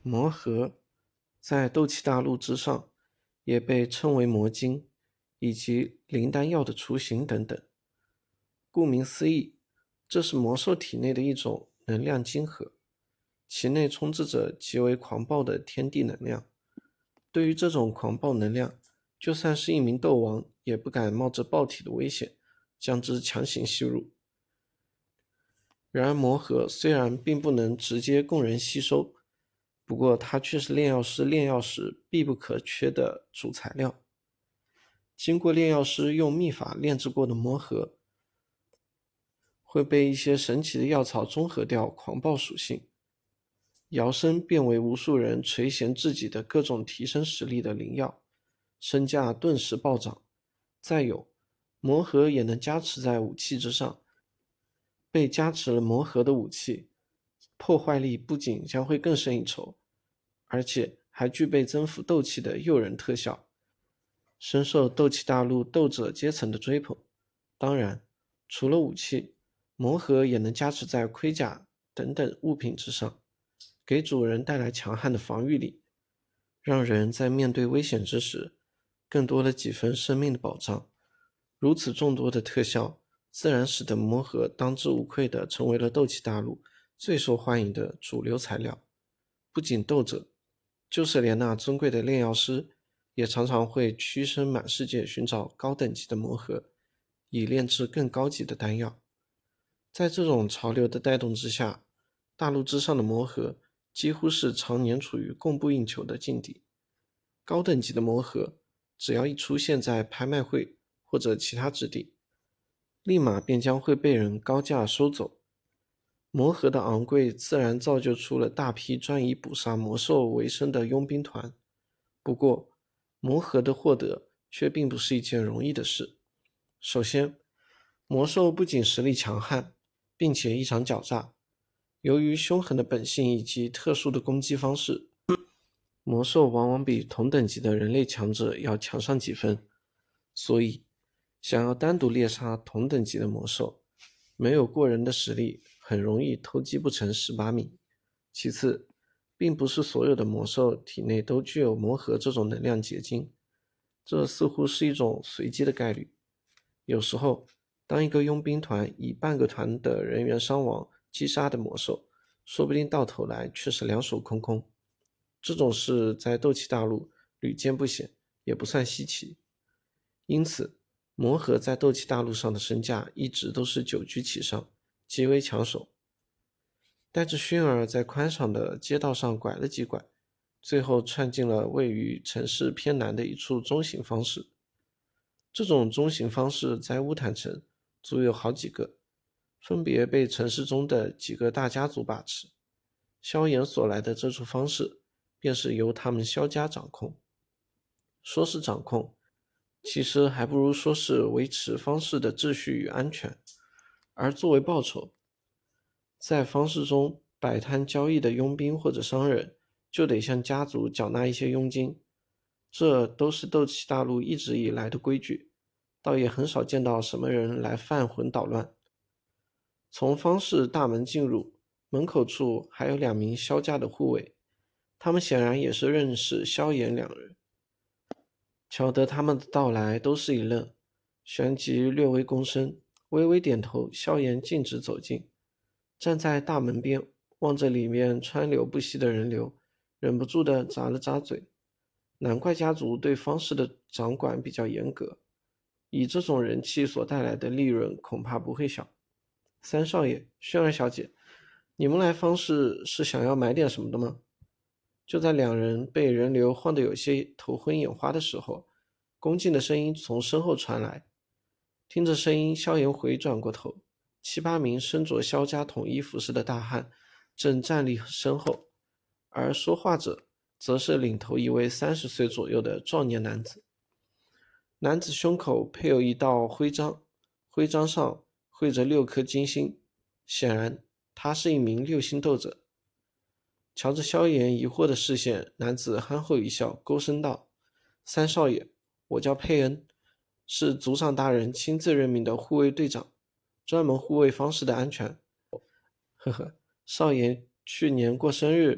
魔盒在斗气大陆之上，也被称为魔晶，以及灵丹药的雏形等等。顾名思义，这是魔兽体内的一种能量晶核，其内充斥着极为狂暴的天地能量。对于这种狂暴能量，就算是一名斗王也不敢冒着爆体的危险将之强行吸入。然而魔核虽然并不能直接供人吸收，不过它却是炼药师炼药时必不可缺的主材料。经过炼药师用秘法炼制过的魔核，会被一些神奇的药草中和掉狂暴属性，摇身变为无数人垂涎自己的各种提升实力的灵药，身价顿时暴涨。再有，魔核也能加持在武器之上，被加持了魔核的武器，破坏力不仅将会更胜一筹，而且还具备增幅斗气的诱人特效，深受斗气大陆斗者阶层的追捧。当然，除了武器，魔核也能加持在盔甲等等物品之上，给主人带来强悍的防御力，让人在面对危险之时更多了几分生命的保障。如此众多的特效，自然使得魔核当之无愧地成为了斗气大陆最受欢迎的主流材料。不仅斗者，就是连那尊贵的炼药师也常常会屈身满世界寻找高等级的魔核，以炼制更高级的丹药。在这种潮流的带动之下，大陆之上的魔核几乎是常年处于供不应求的境地。高等级的魔核只要一出现在拍卖会或者其他之地，立马便将会被人高价收走。魔核的昂贵自然造就出了大批专以捕杀魔兽为生的佣兵团。不过，魔核的获得却并不是一件容易的事。首先，魔兽不仅实力强悍，并且异常狡诈。由于凶狠的本性以及特殊的攻击方式，魔兽往往比同等级的人类强者要强上几分。所以，想要单独猎杀同等级的魔兽，没有过人的实力，很容易偷鸡不成蚀把米。其次，并不是所有的魔兽体内都具有魔核这种能量结晶，这似乎是一种随机的概率。有时候，当一个佣兵团以半个团的人员伤亡击杀的魔兽，说不定到头来却是两手空空。这种事在斗气大陆屡见不鲜，也不算稀奇。因此，魔核在斗气大陆上的身价一直都是久居其上，极为抢手。带着薰儿在宽敞的街道上拐了几拐，最后窜进了位于城市偏南的一处中型方式。这种中型方式在乌坦城足有好几个，分别被城市中的几个大家族把持。萧炎所来的这处方式便是由他们萧家掌控。说是掌控，其实还不如说是维持方式的秩序与安全。而作为报酬，在方式中摆摊交易的佣兵或者商人就得向家族缴纳一些佣金，这都是斗气大陆一直以来的规矩，倒也很少见到什么人来犯浑捣乱。从方士大门进入，门口处还有2名萧家的护卫，他们显然也是认识萧炎2人。瞧得他们的到来，都是一愣，旋即略微躬身，微微点头。萧炎径直走近，站在大门边，望着里面川流不息的人流，忍不住地咂了咂嘴。难怪家族对方士的掌管比较严格，以这种人气所带来的利润恐怕不会小。三少爷，薰儿小姐，你们来方士是想要买点什么的吗？就在2人被人流晃得有些头昏眼花的时候，恭敬的声音从身后传来。听着声音，萧炎回转过头，7、8名身着萧家统一服饰的大汉正站立身后，而说话者则是领头一位30岁左右的壮年男子。男子胸口配有一道徽章，徽章上绘着6颗金星，显然他是一名6星斗者。瞧着萧炎疑惑的视线，男子憨厚一笑，勾声道：三少爷，我叫佩恩，是族长大人亲自任命的护卫队长，专门护卫方士的安全。呵呵，少爷去年过生日，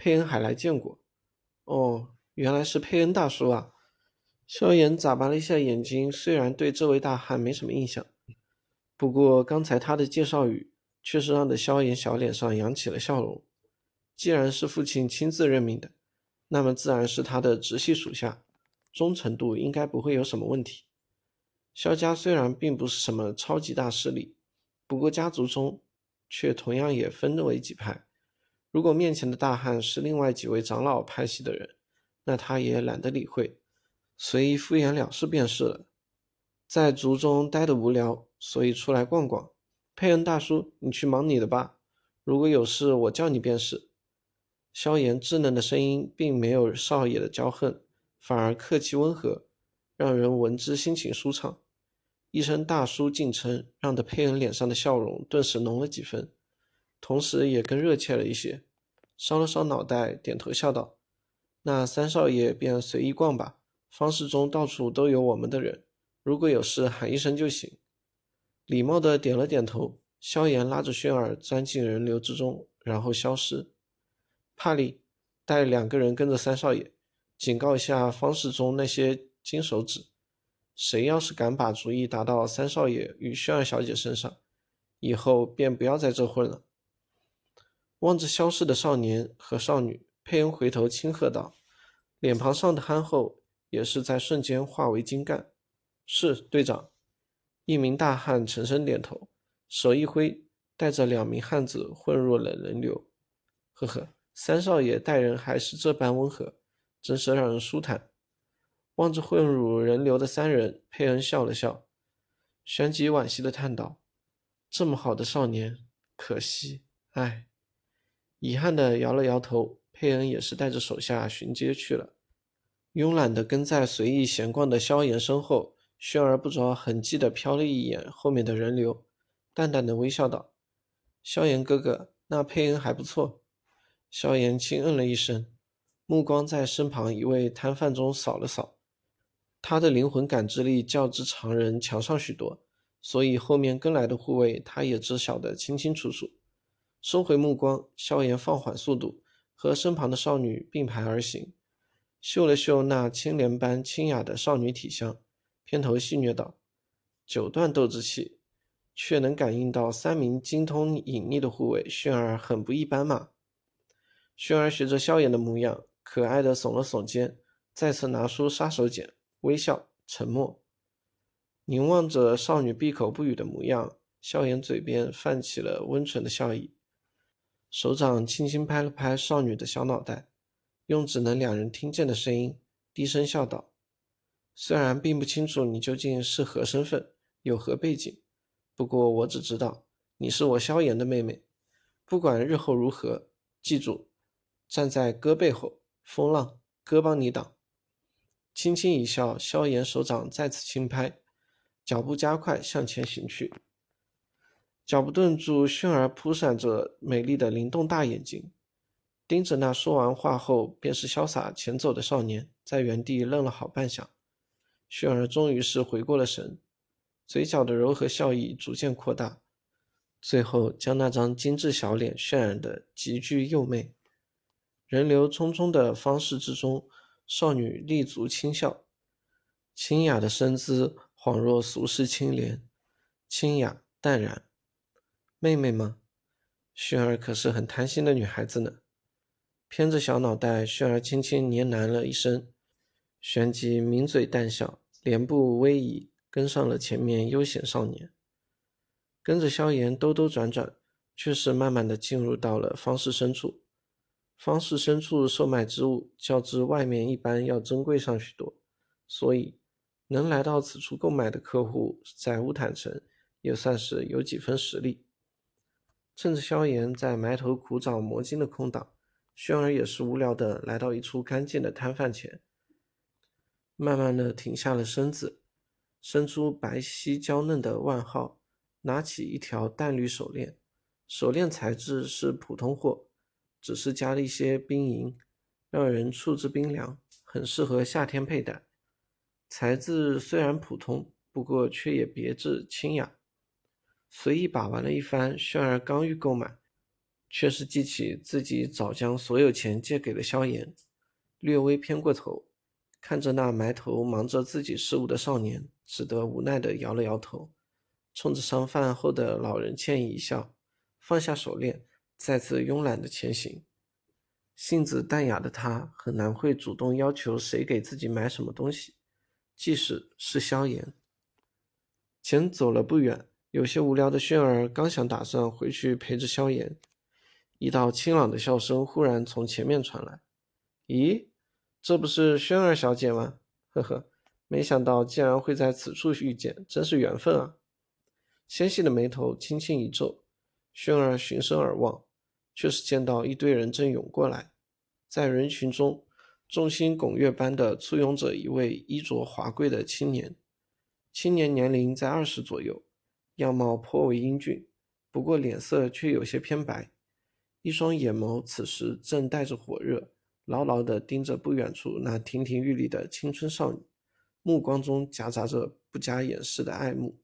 佩恩还来见过。哦，原来是佩恩大叔啊。萧炎眨巴了一下眼睛，虽然对这位大汉没什么印象，不过刚才他的介绍语确实让的萧炎小脸上扬起了笑容。既然是父亲亲自任命的，那么自然是他的直系属下，忠诚度应该不会有什么问题。萧家虽然并不是什么超级大势力，不过家族中却同样也分为几派。如果面前的大汉是另外几位长老派系的人，那他也懒得理会，随意敷衍了事便是了。在族中待得无聊，所以出来逛逛。佩恩大叔，你去忙你的吧，如果有事我叫你便是。萧炎稚嫩的声音并没有少爷的骄横，反而客气温和，让人闻之心情舒畅。一声大叔敬称，让得佩恩脸上的笑容顿时浓了几分，同时也更热切了一些。烧了烧脑袋，点头笑道：那三少爷便随意逛吧，方士中到处都有我们的人，如果有事喊一声就行。礼貌地点了点头，萧炎拉着轩儿钻进人流之中，然后消失。帕利带2个人跟着三少爷，警告一下方士中那些金手指，谁要是敢把主意打到三少爷与轩儿小姐身上，以后便不要在这混了。望着消失的少年和少女，佩恩回头轻喝道，脸庞上的憨厚也是在瞬间化为精干。是，队长。一名大汉沉声点头，手一挥，带着2名汉子混入了人流。呵呵，三少爷待人还是这般温和，真是让人舒坦。望着混入人流的3人，佩恩笑了笑，旋即惋惜地叹道：这么好的少年，可惜，唉。遗憾地摇了摇头，佩恩也是带着手下巡街去了。慵懒地跟在随意闲逛的萧炎身后，轩儿不着痕迹地瞟了一眼后面的人流，淡淡的微笑道：萧炎哥哥，那佩恩还不错。萧炎轻嗯了一声，目光在身旁一位摊贩中扫了扫，他的灵魂感知力较之常人强上许多，所以后面跟来的护卫他也知晓得清清楚楚。收回目光，萧炎放缓速度，和身旁的少女并排而行，嗅了嗅那青莲般清雅的少女体香，偏头戏谑道：九段斗之气，却能感应到3名精通隐匿的护卫，轩儿很不一般嘛。轩儿学着萧炎的模样，可爱的耸了耸肩，再次拿出杀手锏，微笑沉默。凝望着少女闭口不语的模样，萧炎嘴边泛起了温存的笑意，手掌轻轻拍了拍少女的小脑袋，用只能2人听见的声音低声笑道：虽然并不清楚你究竟是何身份，有何背景，不过我只知道你是我萧炎的妹妹，不管日后如何，记住站在哥背后，风浪哥帮你挡。轻轻一笑，萧炎手掌再次轻拍，脚步加快向前行去。脚步顿住，轩儿扑闪着美丽的灵动大眼睛，盯着那说完话后便是潇洒前走的少年，在原地愣了好半晌。轩儿终于是回过了神，嘴角的柔和笑意逐渐扩大，最后将那张精致小脸渲染得极具幼媚。人流匆匆的方式之中，少女立足轻笑，清雅的身姿恍若俗世清莲，清雅淡然。妹妹吗？轩儿可是很贪心的女孩子呢。偏着小脑袋，轩儿轻轻呢喃了一声，旋即抿嘴淡笑，脸部微移，跟上了前面悠闲少年。跟着萧炎兜兜转转，却是慢慢的进入到了方士深处。方士深处售卖之物较之外面一般要珍贵上许多，所以能来到此处购买的客户在乌坦城也算是有几分实力。趁着萧炎在埋头苦找魔晶的空档，轩儿也是无聊的来到一处干净的摊贩前，慢慢的停下了身子，伸出白皙娇嫩的腕号，拿起一条淡绿手链，手链材质是普通货，只是加了一些冰银，让人触之冰凉，很适合夏天佩戴。材质虽然普通，不过却也别致清雅。随意把玩了一番，轩儿刚欲购买， 却是记起自己早将所有钱借给了萧炎，略微偏过头，看着那埋头忙着自己事务的少年，只得无奈地摇了摇头，冲着商饭后的老人歉意一笑，放下手链，再次慵懒地前行。性子淡雅的他很难会主动要求谁给自己买什么东西，即使是萧炎。前走了不远，有些无聊的轩儿刚想打算回去陪着萧炎，一道清朗的笑声忽然从前面传来。咦，这不是轩儿小姐吗？呵呵，没想到竟然会在此处遇见，真是缘分啊。纤细的眉头轻轻一皱，轩儿循声而望，却是见到一堆人正涌过来。在人群中，众星拱月般的簇拥着一位衣着华贵的青年。青年年龄在20左右，样貌颇为英俊，不过脸色却有些偏白，一双眼眸此时正带着火热，牢牢地盯着不远处那亭亭玉立的青春少女，目光中夹杂着不加掩饰的爱慕。